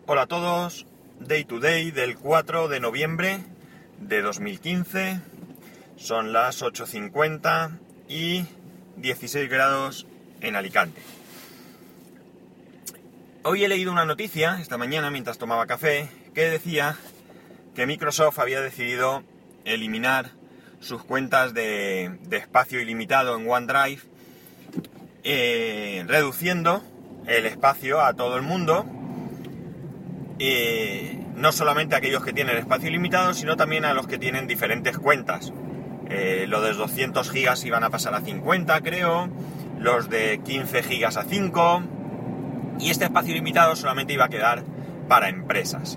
Hola a todos, Day to Day del 4 de noviembre de 2015, son las 8:50 y 16 grados en Alicante. Hoy he leído una noticia, esta mañana mientras tomaba café, que decía que Microsoft había decidido eliminar sus cuentas de espacio ilimitado en OneDrive, reduciendo el espacio a todo el mundo. No solamente a aquellos que tienen espacio ilimitado, sino también a los que tienen diferentes cuentas. Los de 200 gigas iban a pasar a 50, creo, los de 15 gigas a 5, y este espacio ilimitado solamente iba a quedar para empresas.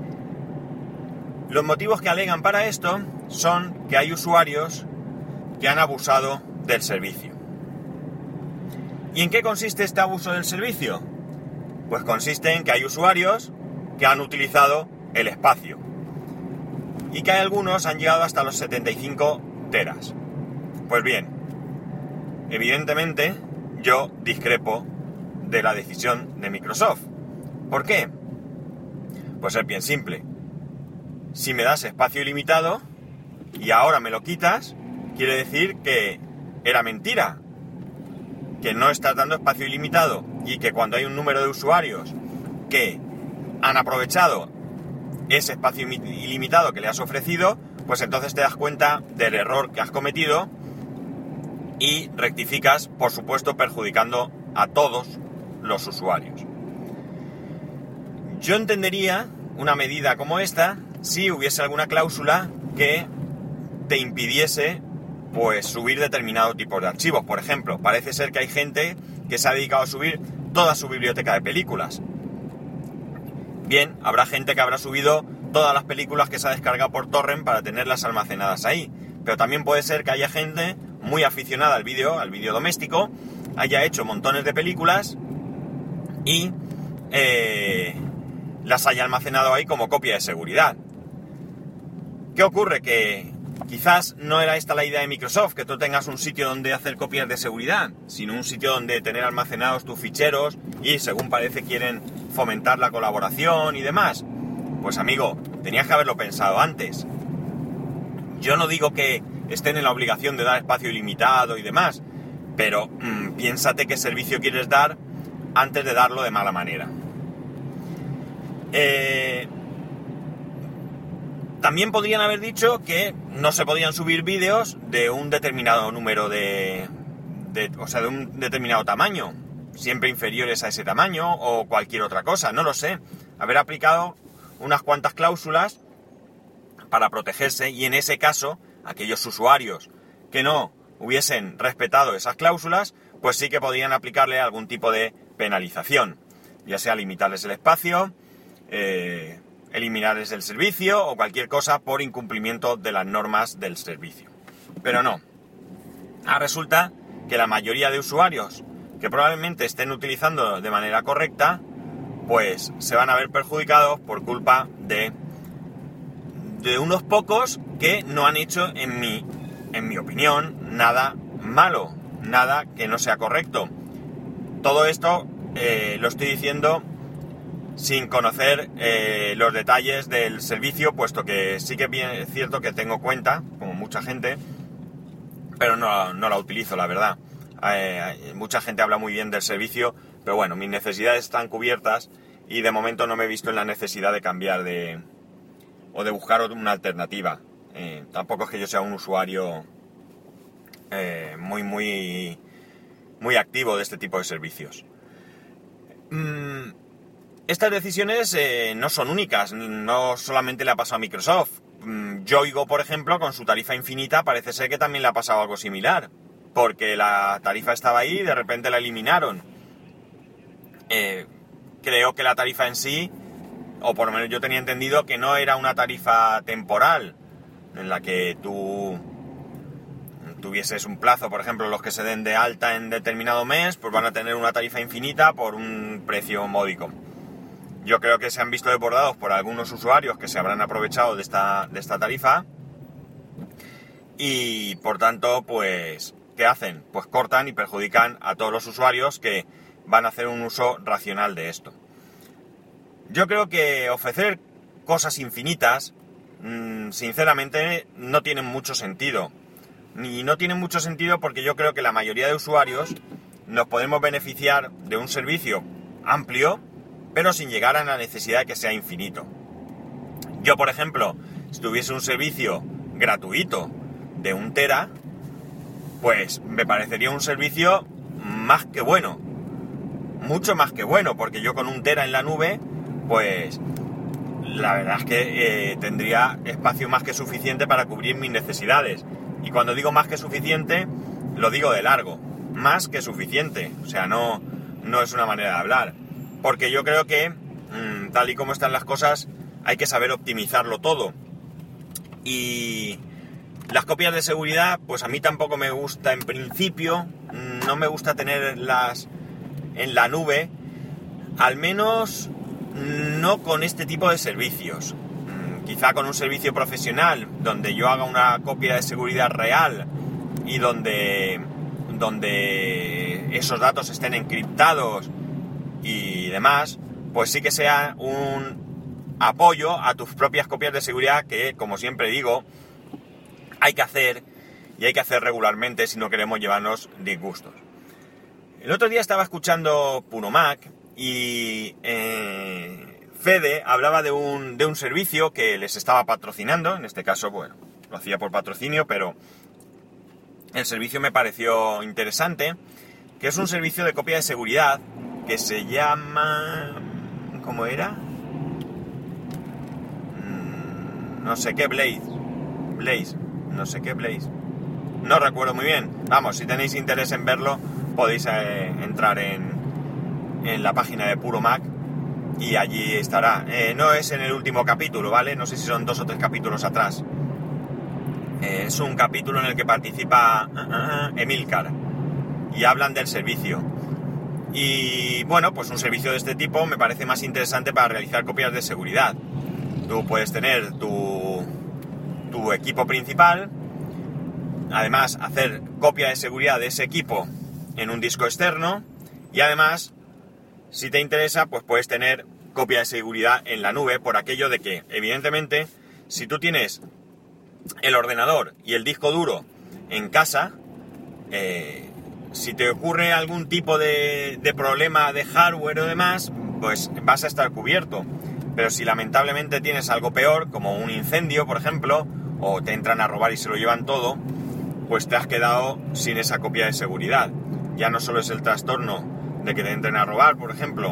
Los motivos que alegan para esto son que hay usuarios que han abusado del servicio. ¿Y en qué consiste este abuso del servicio? Pues consiste en que hay usuarios que han utilizado el espacio y que algunos han llegado hasta los 75 teras. Pues bien, evidentemente yo discrepo de la decisión de Microsoft. ¿Por qué? Pues es bien simple. Si me das espacio ilimitado y ahora me lo quitas, quiere decir que era mentira, que no estás dando espacio ilimitado y que cuando hay un número de usuarios que han aprovechado ese espacio ilimitado que le has ofrecido, pues entonces te das cuenta del error que has cometido y rectificas, por supuesto, perjudicando a todos los usuarios. Yo entendería una medida como esta si hubiese alguna cláusula que te impidiese pues subir determinado tipo de archivos. Por ejemplo, parece ser que hay gente que se ha dedicado a subir toda su biblioteca de películas. Bien, habrá gente que habrá subido todas las películas que se ha descargado por torrent para tenerlas almacenadas ahí. Pero también puede ser que haya gente muy aficionada al vídeo doméstico, haya hecho montones de películas y las haya almacenado ahí como copia de seguridad. ¿Qué ocurre? Que quizás no era esta la idea de Microsoft, que tú tengas un sitio donde hacer copias de seguridad, sino un sitio donde tener almacenados tus ficheros y, según parece, quieren fomentar la colaboración y demás. Pues amigo, tenías que haberlo pensado antes. Yo no digo que estén en la obligación de dar espacio ilimitado y demás, pero piénsate qué servicio quieres dar antes de darlo de mala manera. También podrían haber dicho que no se podían subir vídeos de un determinado número de un determinado tamaño, siempre inferiores a ese tamaño o cualquier otra cosa, no lo sé. Haber aplicado unas cuantas cláusulas para protegerse y en ese caso, aquellos usuarios que no hubiesen respetado esas cláusulas, pues sí que podrían aplicarle algún tipo de penalización, ya sea limitarles el espacio, eliminarles el servicio o cualquier cosa por incumplimiento de las normas del servicio. Pero no. Resulta que la mayoría de usuarios que probablemente estén utilizando de manera correcta, pues se van a ver perjudicados por culpa de unos pocos que no han hecho, en mi opinión, nada malo, nada que no sea correcto. Todo esto lo estoy diciendo sin conocer los detalles del servicio, puesto que sí que es cierto que tengo cuenta, como mucha gente, pero no la utilizo, la verdad. Mucha gente habla muy bien del servicio, pero bueno, mis necesidades están cubiertas y de momento no me he visto en la necesidad de cambiar o de buscar una alternativa. Tampoco es que yo sea un usuario muy activo de este tipo de servicios. Estas decisiones no son únicas, no solamente le ha pasado a Microsoft. Yoigo, por ejemplo, con su tarifa infinita, parece ser que también le ha pasado algo similar, porque la tarifa estaba ahí y de repente la eliminaron. Creo que la tarifa en sí, o por lo menos yo tenía entendido que no era una tarifa temporal, en la que tú tuvieses un plazo. Por ejemplo, los que se den de alta en determinado mes, pues van a tener una tarifa infinita por un precio módico. Yo creo que se han visto desbordados por algunos usuarios que se habrán aprovechado de esta tarifa y, por tanto, pues, ¿qué hacen? Pues cortan y perjudican a todos los usuarios que van a hacer un uso racional de esto. Yo creo que ofrecer cosas infinitas, sinceramente, no tienen mucho sentido. Y no tienen mucho sentido porque yo creo que la mayoría de usuarios nos podemos beneficiar de un servicio amplio, pero sin llegar a la necesidad de que sea infinito. Yo, por ejemplo, si tuviese un servicio gratuito de 1 tera, pues me parecería un servicio más que bueno. Mucho más que bueno, porque yo con 1 tera en la nube, pues la verdad es que tendría espacio más que suficiente para cubrir mis necesidades. Y cuando digo más que suficiente, lo digo de largo. Más que suficiente. O sea, no es una manera de hablar. Porque yo creo que, tal y como están las cosas, hay que saber optimizarlo todo. Y las copias de seguridad, pues a mí tampoco me gusta en principio. No me gusta tenerlas en la nube. Al menos no con este tipo de servicios. Quizá con un servicio profesional donde yo haga una copia de seguridad real y donde esos datos estén encriptados y demás, pues sí que sea un apoyo a tus propias copias de seguridad que, como siempre digo, hay que hacer y hay que hacer regularmente si no queremos llevarnos disgustos. El otro día estaba escuchando Puro Mac y Fede hablaba de un servicio que les estaba patrocinando. En este caso, bueno, lo hacía por patrocinio, pero el servicio me pareció interesante, que es un servicio de copia de seguridad que se llama... ¿cómo era? No sé qué Blaze, no sé qué Blaze. No recuerdo muy bien. Vamos, si tenéis interés en verlo, podéis entrar en la página de Puro Mac y allí estará. No es en el último capítulo, ¿vale? No sé si son 2 o 3 capítulos atrás. Es un capítulo en el que participa Emilcar y hablan del servicio. Y bueno, pues un servicio de este tipo me parece más interesante para realizar copias de seguridad. Tú puedes tener tu equipo principal, además hacer copia de seguridad de ese equipo en un disco externo y además, si te interesa, pues puedes tener copia de seguridad en la nube, por aquello de que, evidentemente, si tú tienes el ordenador y el disco duro en casa, si te ocurre algún tipo de problema de hardware o demás, pues vas a estar cubierto. Pero si lamentablemente tienes algo peor, como un incendio, por ejemplo, o te entran a robar y se lo llevan todo, pues te has quedado sin esa copia de seguridad. Ya no solo es el trastorno de que te entren a robar, por ejemplo,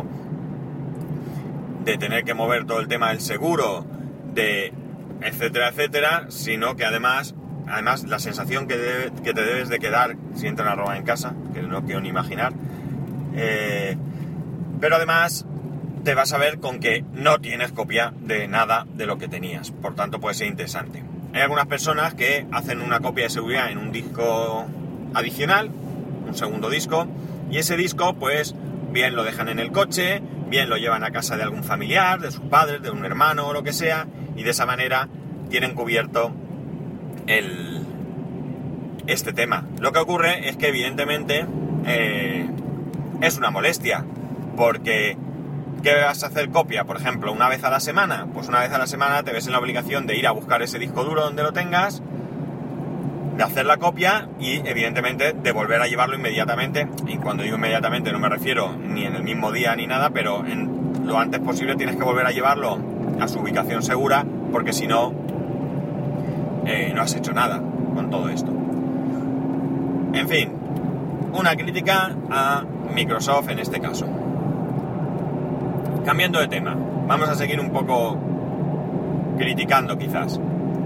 de tener que mover todo el tema del seguro, de etcétera, etcétera, sino que además la sensación que te debes de quedar si entran a robar en casa, que no quiero ni imaginar, pero además te vas a ver con que no tienes copia de nada de lo que tenías, por tanto puede ser interesante. Hay algunas personas que hacen una copia de seguridad en un disco adicional, un segundo disco, y ese disco pues bien lo dejan en el coche, bien lo llevan a casa de algún familiar, de sus padres, de un hermano o lo que sea, y de esa manera tienen cubierto este tema. Lo que ocurre es que evidentemente es una molestia, porque ¿qué vas a hacer copia? Por ejemplo, una vez a la semana. Pues una vez a la semana te ves en la obligación de ir a buscar ese disco duro donde lo tengas, de hacer la copia y evidentemente de volver a llevarlo inmediatamente. Y cuando digo inmediatamente no me refiero ni en el mismo día ni nada, pero en lo antes posible tienes que volver a llevarlo a su ubicación segura, porque si no, no has hecho nada con todo esto. En fin, una crítica a Microsoft en este caso. Cambiando de tema, vamos a seguir un poco criticando quizás.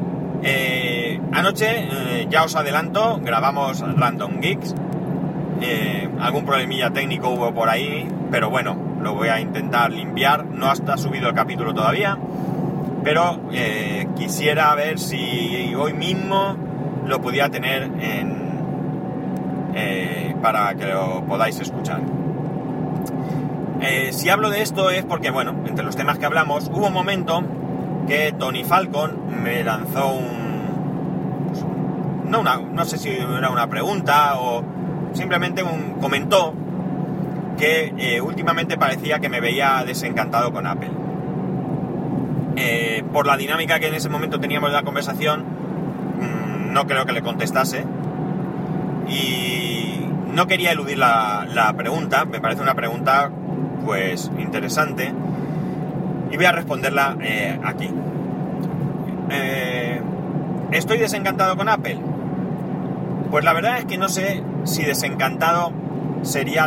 Anoche, ya os adelanto, grabamos Random Geeks. Algún problemilla técnico hubo por ahí, pero bueno, lo voy a intentar limpiar. No está subido el capítulo todavía, pero quisiera ver si hoy mismo lo pudiera tener para que lo podáis escuchar. Si hablo de esto es porque, bueno, entre los temas que hablamos, hubo un momento que Tony Falcon me lanzó no sé si era una pregunta o simplemente comentó que últimamente parecía que me veía desencantado con Apple. por la dinámica que en ese momento teníamos de la conversación, no creo que le contestase. Y no quería eludir la pregunta, me parece una pregunta pues interesante, y voy a responderla aquí. ¿Estoy desencantado con Apple? Pues la verdad es que no sé si desencantado sería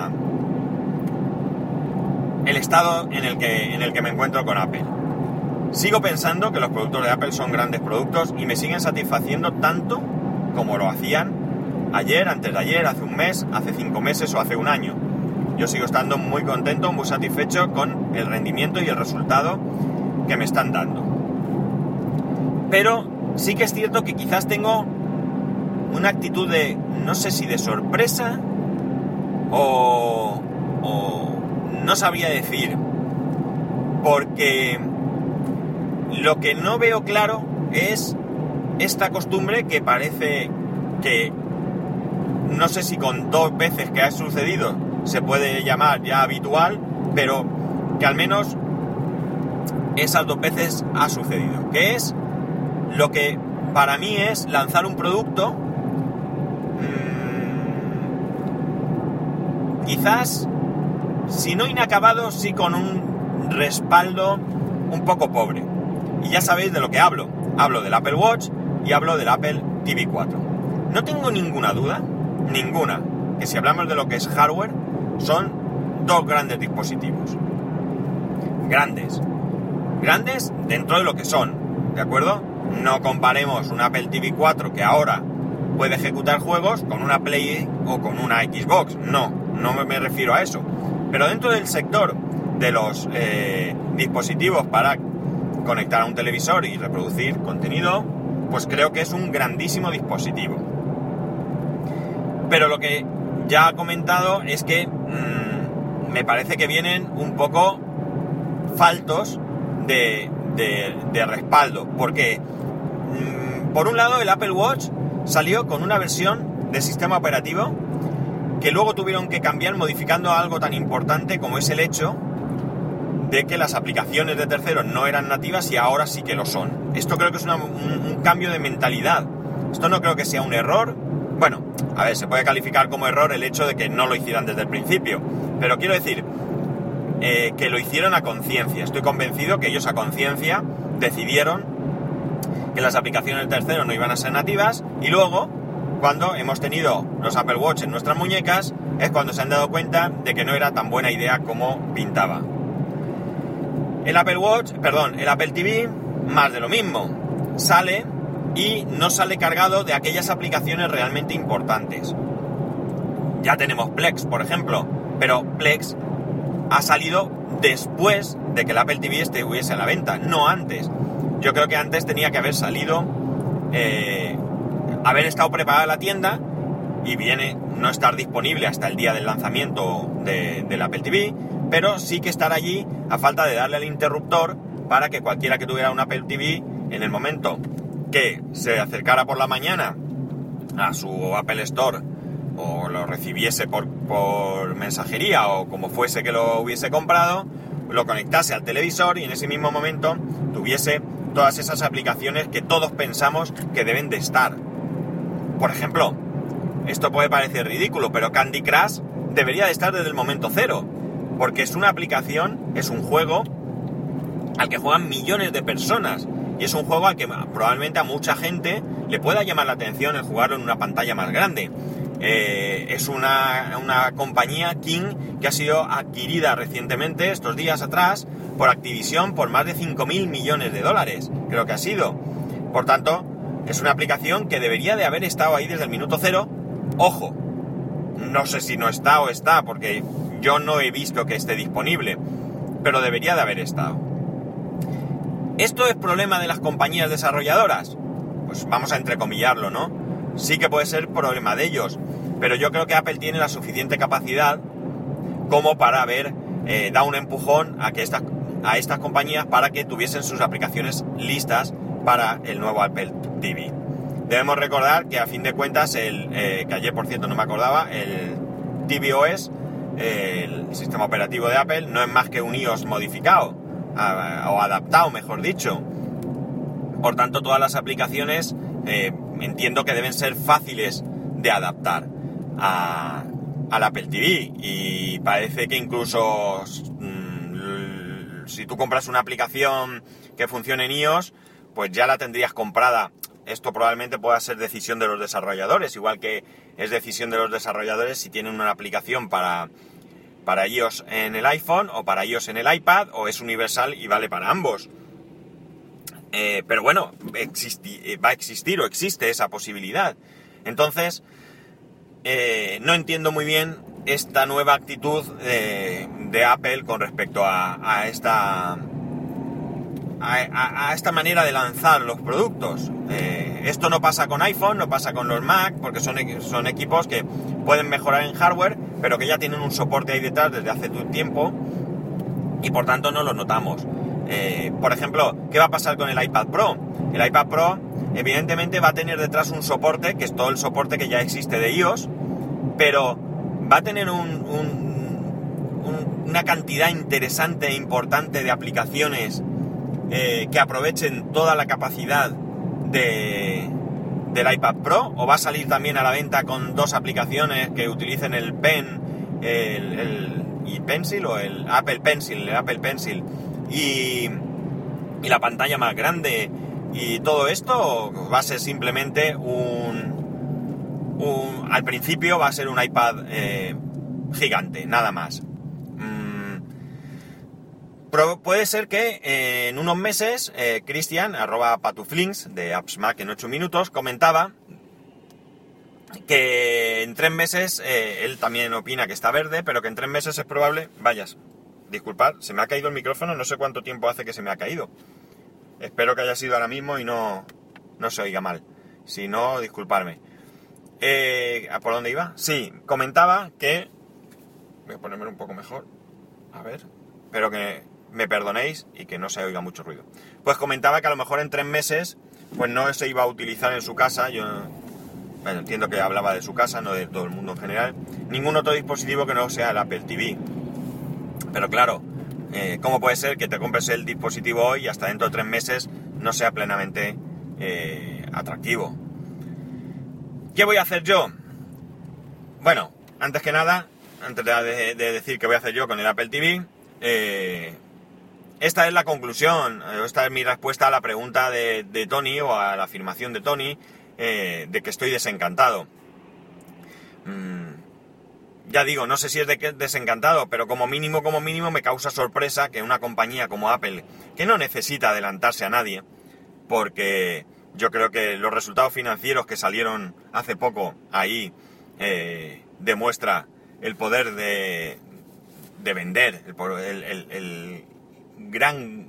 el estado en el que me encuentro con Apple. Sigo pensando que los productos de Apple son grandes productos y me siguen satisfaciendo tanto como lo hacían ayer, antes de ayer, hace un mes, hace 5 meses o hace un año. Yo sigo estando muy contento, muy satisfecho con el rendimiento y el resultado que me están dando. Pero sí que es cierto que quizás tengo una actitud de, no sé si de sorpresa o no sabría decir, porque lo que no veo claro es esta costumbre que parece que, no sé si con 2 veces que ha sucedido se puede llamar ya habitual, pero que al menos esas 2 veces ha sucedido, que es lo que para mí es lanzar un producto quizás, si no inacabado, sí con un respaldo un poco pobre. Y ya sabéis de lo que hablo. Hablo del Apple Watch y hablo del Apple TV 4. No tengo ninguna duda, que si hablamos de lo que es hardware, son 2 grandes dispositivos. Grandes dentro de lo que son, ¿de acuerdo? No comparemos un Apple TV 4 que ahora puede ejecutar juegos con una Play o con una Xbox. No me refiero a eso. Pero dentro del sector de los dispositivos para conectar a un televisor y reproducir contenido, pues creo que es un grandísimo dispositivo. Pero lo que ya he comentado es que me parece que vienen un poco faltos de respaldo, porque por un lado el Apple Watch salió con una versión de sistema operativo que luego tuvieron que cambiar modificando algo tan importante como es el hecho de que las aplicaciones de terceros no eran nativas y ahora sí que lo son. Esto creo que es un cambio de mentalidad. Esto no creo que sea un error. Bueno, a ver, se puede calificar como error el hecho de que no lo hicieran desde el principio, pero quiero decir que lo hicieron a conciencia. Estoy convencido que ellos a conciencia decidieron que las aplicaciones de terceros no iban a ser nativas, y luego, cuando hemos tenido los Apple Watch en nuestras muñecas, es cuando se han dado cuenta de que no era tan buena idea como pintaba. El Apple TV, más de lo mismo. Sale y no sale cargado de aquellas aplicaciones realmente importantes. Ya tenemos Plex, por ejemplo, pero Plex ha salido después de que el Apple TV estuviese a la venta, no antes. Yo creo que antes tenía que haber salido, haber estado preparada la tienda y no estar disponible hasta el día del lanzamiento del Apple TV, pero sí que estar allí a falta de darle al interruptor para que cualquiera que tuviera un Apple TV, en el momento que se acercara por la mañana a su Apple Store o lo recibiese por mensajería o como fuese que lo hubiese comprado, lo conectase al televisor y en ese mismo momento tuviese todas esas aplicaciones que todos pensamos que deben de estar. Por ejemplo, esto puede parecer ridículo, pero Candy Crush debería de estar desde el momento cero, porque es una aplicación, es un juego al que juegan millones de personas y es un juego al que probablemente a mucha gente le pueda llamar la atención el jugarlo en una pantalla más grande. Es una compañía, King, que ha sido adquirida recientemente, estos días atrás, por Activision por más de 5.000 millones de dólares, creo que ha sido. Por tanto, es una aplicación que debería de haber estado ahí desde el minuto cero. Ojo, no sé si no está o está, porque yo no he visto que esté disponible, pero debería de haber estado. ¿Esto es problema de las compañías desarrolladoras? Pues vamos a entrecomillarlo, ¿no? Sí que puede ser problema de ellos, pero yo creo que Apple tiene la suficiente capacidad como para haber dado un empujón a estas compañías para que tuviesen sus aplicaciones listas para el nuevo Apple TV. Debemos recordar que a fin de cuentas, que ayer por cierto no me acordaba, el tvOS, el sistema operativo de Apple, no es más que un iOS modificado. o adaptado, mejor dicho. Por tanto, todas las aplicaciones entiendo que deben ser fáciles de adaptar al Apple TV, y parece que incluso si tú compras una aplicación que funcione en iOS, pues ya la tendrías comprada. Esto probablemente pueda ser decisión de los desarrolladores, igual que es decisión de los desarrolladores si tienen una aplicación para iOS en el iPhone o para iOS en el iPad, o es universal y vale para ambos. Pero bueno, va a existir o existe esa posibilidad. Entonces, no entiendo muy bien esta nueva actitud de Apple con respecto a esta manera de lanzar los productos. Esto no pasa con iPhone, no pasa con los Mac, porque son equipos que pueden mejorar en hardware, pero que ya tienen un soporte ahí detrás desde hace tiempo, y por tanto no lo notamos. Por ejemplo, ¿qué va a pasar con el iPad Pro? El iPad Pro evidentemente va a tener detrás un soporte, que es todo el soporte que ya existe de iOS, pero va a tener una cantidad interesante e importante de aplicaciones que aprovechen toda la capacidad del iPad Pro, o va a salir también a la venta con dos aplicaciones que utilicen el Pen, el Pencil, o el Apple Pencil, y la pantalla más grande, y todo esto va a ser simplemente al principio va a ser un iPad gigante, nada más. Puede ser que en unos meses Cristian, @patuflinks de Apps Mac en 8 minutos, comentaba que en 3 meses, él también opina que está verde, pero que en 3 meses es probable. Disculpad, se me ha caído el micrófono, no sé cuánto tiempo hace que se me ha caído. Espero que haya sido ahora mismo y no se oiga mal. Si no, disculpadme. ¿Por dónde iba? Sí, comentaba que... Voy a ponerme un poco mejor. A ver. Espero que me perdonéis y que no se oiga mucho ruido. Pues comentaba que a lo mejor en 3 meses pues no se iba a utilizar en su casa. Bueno, entiendo que hablaba de su casa, no de todo el mundo en general, ningún otro dispositivo que no sea el Apple TV. Pero claro, ¿cómo puede ser que te compres el dispositivo hoy y hasta dentro de 3 meses no sea plenamente atractivo? ¿Qué voy a hacer yo? Bueno, antes que nada, antes de decir qué voy a hacer yo con el Apple TV, esta es la conclusión, esta es mi respuesta a la pregunta de Tony, o a la afirmación de Tony, de que estoy desencantado. Ya digo, no sé si es de que desencantado, pero como mínimo me causa sorpresa que una compañía como Apple, que no necesita adelantarse a nadie, porque yo creo que los resultados financieros que salieron hace poco ahí demuestra el poder de vender, el gran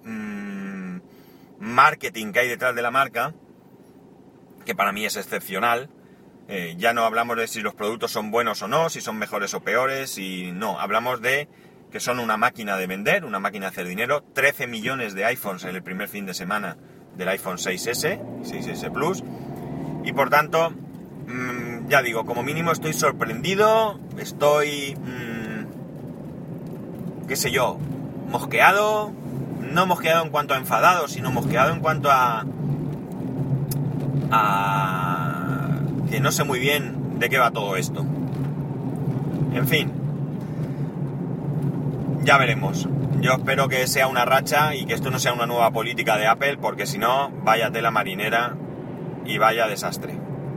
marketing que hay detrás de la marca, que para mí es excepcional. Ya no hablamos de si los productos son buenos o no, si son mejores o peores, hablamos de que son una máquina de vender, una máquina de hacer dinero. 13 millones de iPhones en el primer fin de semana del iPhone 6S, 6S Plus, y por tanto, ya digo, como mínimo estoy sorprendido, estoy, qué sé yo, mosqueado, no mosqueado en cuanto a enfadado, sino mosqueado en cuanto a que no sé muy bien de qué va todo esto. En fin, ya veremos. Yo espero que sea una racha y que esto no sea una nueva política de Apple, porque si no, vaya tela marinera y vaya desastre.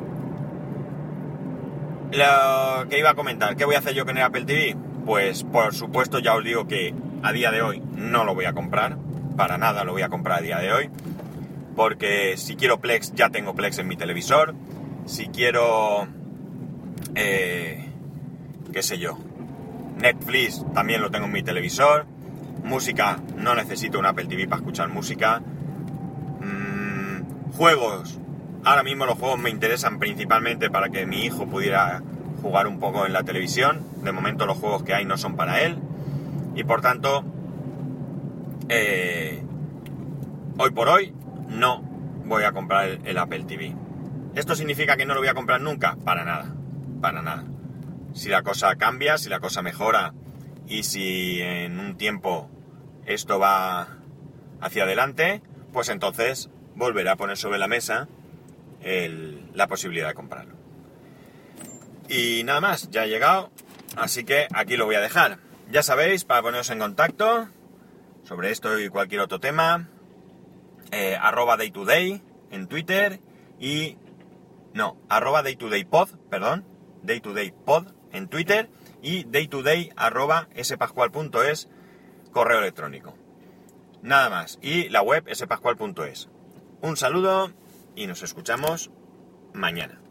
Lo que iba a comentar, ¿qué voy a hacer yo con el Apple TV? Pues por supuesto ya os digo que a día de hoy no lo voy a comprar, para nada lo voy a comprar a día de hoy, porque si quiero Plex ya tengo Plex en mi televisor, si quiero, qué sé yo, Netflix también lo tengo en mi televisor, música, no necesito un Apple TV para escuchar música, juegos, ahora mismo los juegos me interesan principalmente para que mi hijo pudiera jugar un poco en la televisión, de momento los juegos que hay no son para él, y por tanto, hoy por hoy no voy a comprar el Apple TV. ¿Esto significa que no lo voy a comprar nunca? Para nada, para nada. Si la cosa cambia, si la cosa mejora y si en un tiempo esto va hacia adelante, pues entonces volveré a poner sobre la mesa la posibilidad de comprarlo. Y nada más, ya he llegado, así que aquí lo voy a dejar. Ya sabéis, para poneros en contacto sobre esto y cualquier otro tema, @daytoday en Twitter @daytodaypod, daytodaypod en Twitter y daytoday@spascual.es, correo electrónico. Nada más, y la web spascual.es. Un saludo y nos escuchamos mañana.